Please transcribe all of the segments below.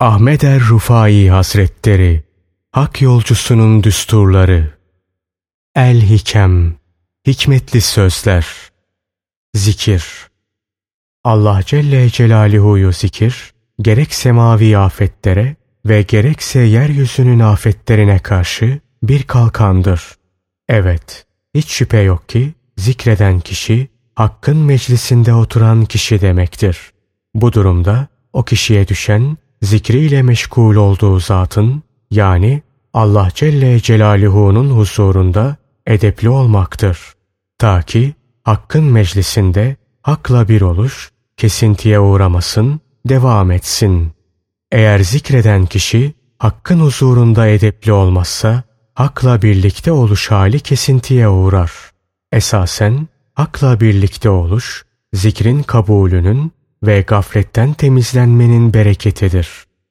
Ahmed er-Rufai Hazretleri, Hak Yolcusunun Düsturları. El-Hikem, hikmetli sözler. Zikir. Allah Celle Celaluhu'yu zikir, gerek semavi afetlere ve gerekse yeryüzünün afetlerine karşı bir kalkandır. Evet, hiç şüphe yok ki zikreden kişi, Hakk'ın meclisinde oturan kişi demektir. Bu durumda o kişiye düşen, zikriyle meşgul olduğu zatın, yani Allah Celle Celaluhu'nun huzurunda edepli olmaktır. Ta ki Hakk'ın meclisinde Hak'la bir oluş, kesintiye uğramasın, devam etsin. Eğer zikreden kişi Hakk'ın huzurunda edepli olmazsa, Hak'la birlikte oluş hali kesintiye uğrar. Esasen Hak'la birlikte oluş, zikrin kabulünün ve gafletten temizlenmenin bereketidir.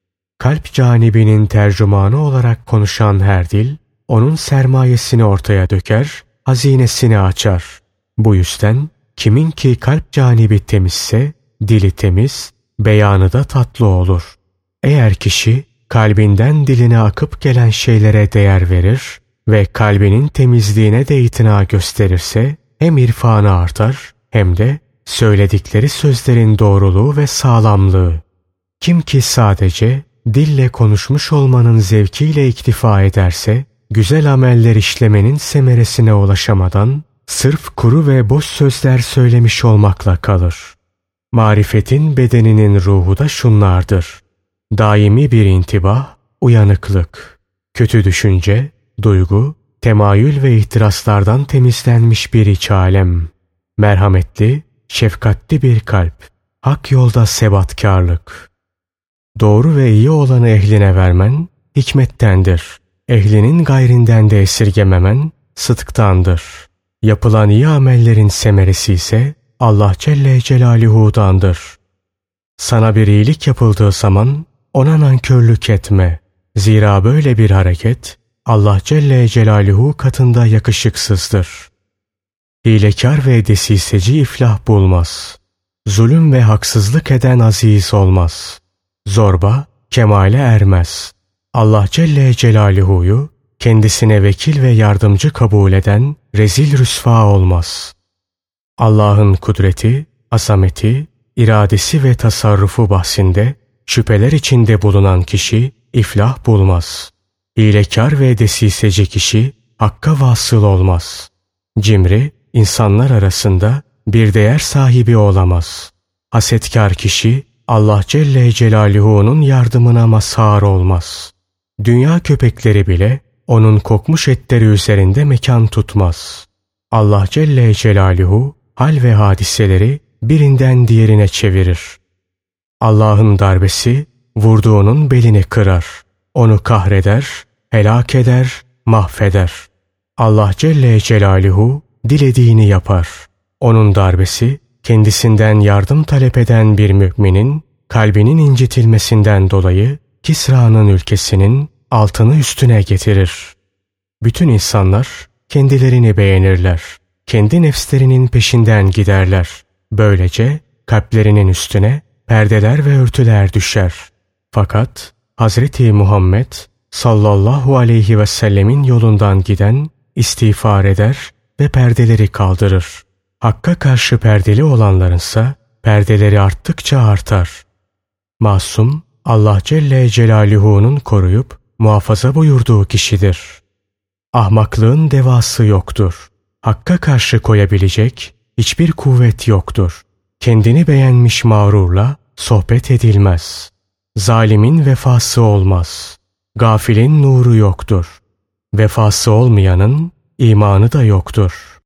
Kalp canibinin tercümanı olarak konuşan her dil, onun sermayesini ortaya döker, hazinesini açar. Bu yüzden kimin ki kalp canibi temizse, dili temiz, beyanı da tatlı olur. Eğer kişi kalbinden diline akıp gelen şeylere değer verir ve kalbinin temizliğine de itina gösterirse, hem irfanı artar hem de söyledikleri sözlerin doğruluğu ve sağlamlığı. Kim ki sadece dille konuşmuş olmanın zevkiyle iktifa ederse, güzel ameller işlemenin semeresine ulaşamadan, sırf kuru ve boş sözler söylemiş olmakla kalır. Marifetin bedeninin ruhu da şunlardır: daimi bir intibah, uyanıklık, kötü düşünce, duygu, temayül ve ihtiraslardan temizlenmiş bir iç alem, merhametli, şefkatli bir kalp, hak yolda sebatkarlık. Doğru ve iyi olanı ehline vermen hikmettendir. Ehlinin gayrinden de esirgememen sıdktandır. Yapılan iyi amellerin semeresi ise Allah Celle Celaluhu'dandır. Sana bir iyilik yapıldığı zaman ona nankörlük etme. Zira böyle bir hareket Allah Celle Celaluhu katında yakışıksızdır. Hilekâr ve desiseci iflah bulmaz. Zulüm ve haksızlık eden aziz olmaz. Zorba kemale ermez. Allah Celle Celaluhu'yu kendisine vekil ve yardımcı kabul eden rezil rüsva olmaz. Allah'ın kudreti, azameti, iradesi ve tasarrufu bahsinde şüpheler içinde bulunan kişi iflah bulmaz. Hilekâr ve desiseci kişi hakka vasıl olmaz. Cimri, insanlar arasında bir değer sahibi olamaz. Hasetkar kişi Allah Celle Celaluhu'nun yardımına mazhar olmaz. Dünya köpekleri bile onun kokmuş etleri üzerinde mekan tutmaz. Allah Celle Celaluhu hal ve hadiseleri birinden diğerine çevirir. Allah'ın darbesi vurduğunun belini kırar. Onu kahreder, helak eder, mahveder. Allah Celle Celaluhu dilediğini yapar. Onun darbesi kendisinden yardım talep eden bir müminin kalbinin incitilmesinden dolayı Kisra'nın ülkesinin altını üstüne getirir. Bütün insanlar kendilerini beğenirler. Kendi nefslerinin peşinden giderler. Böylece kalplerinin üstüne perdeler ve örtüler düşer. Fakat Hazreti Muhammed sallallahu aleyhi ve sellemin yolundan giden istiğfar eder ve perdeleri kaldırır. Hakka karşı perdeli olanlarınsa perdeleri arttıkça artar. Masum Allah Celle Celaluhu'nun koruyup muhafaza buyurduğu kişidir. Ahmaklığın devası yoktur. Hakka karşı koyabilecek hiçbir kuvvet yoktur. Kendini beğenmiş mağrurla sohbet edilmez. Zalimin vefası olmaz. Gafilin nuru yoktur. Vefası olmayanın imanı da yoktur.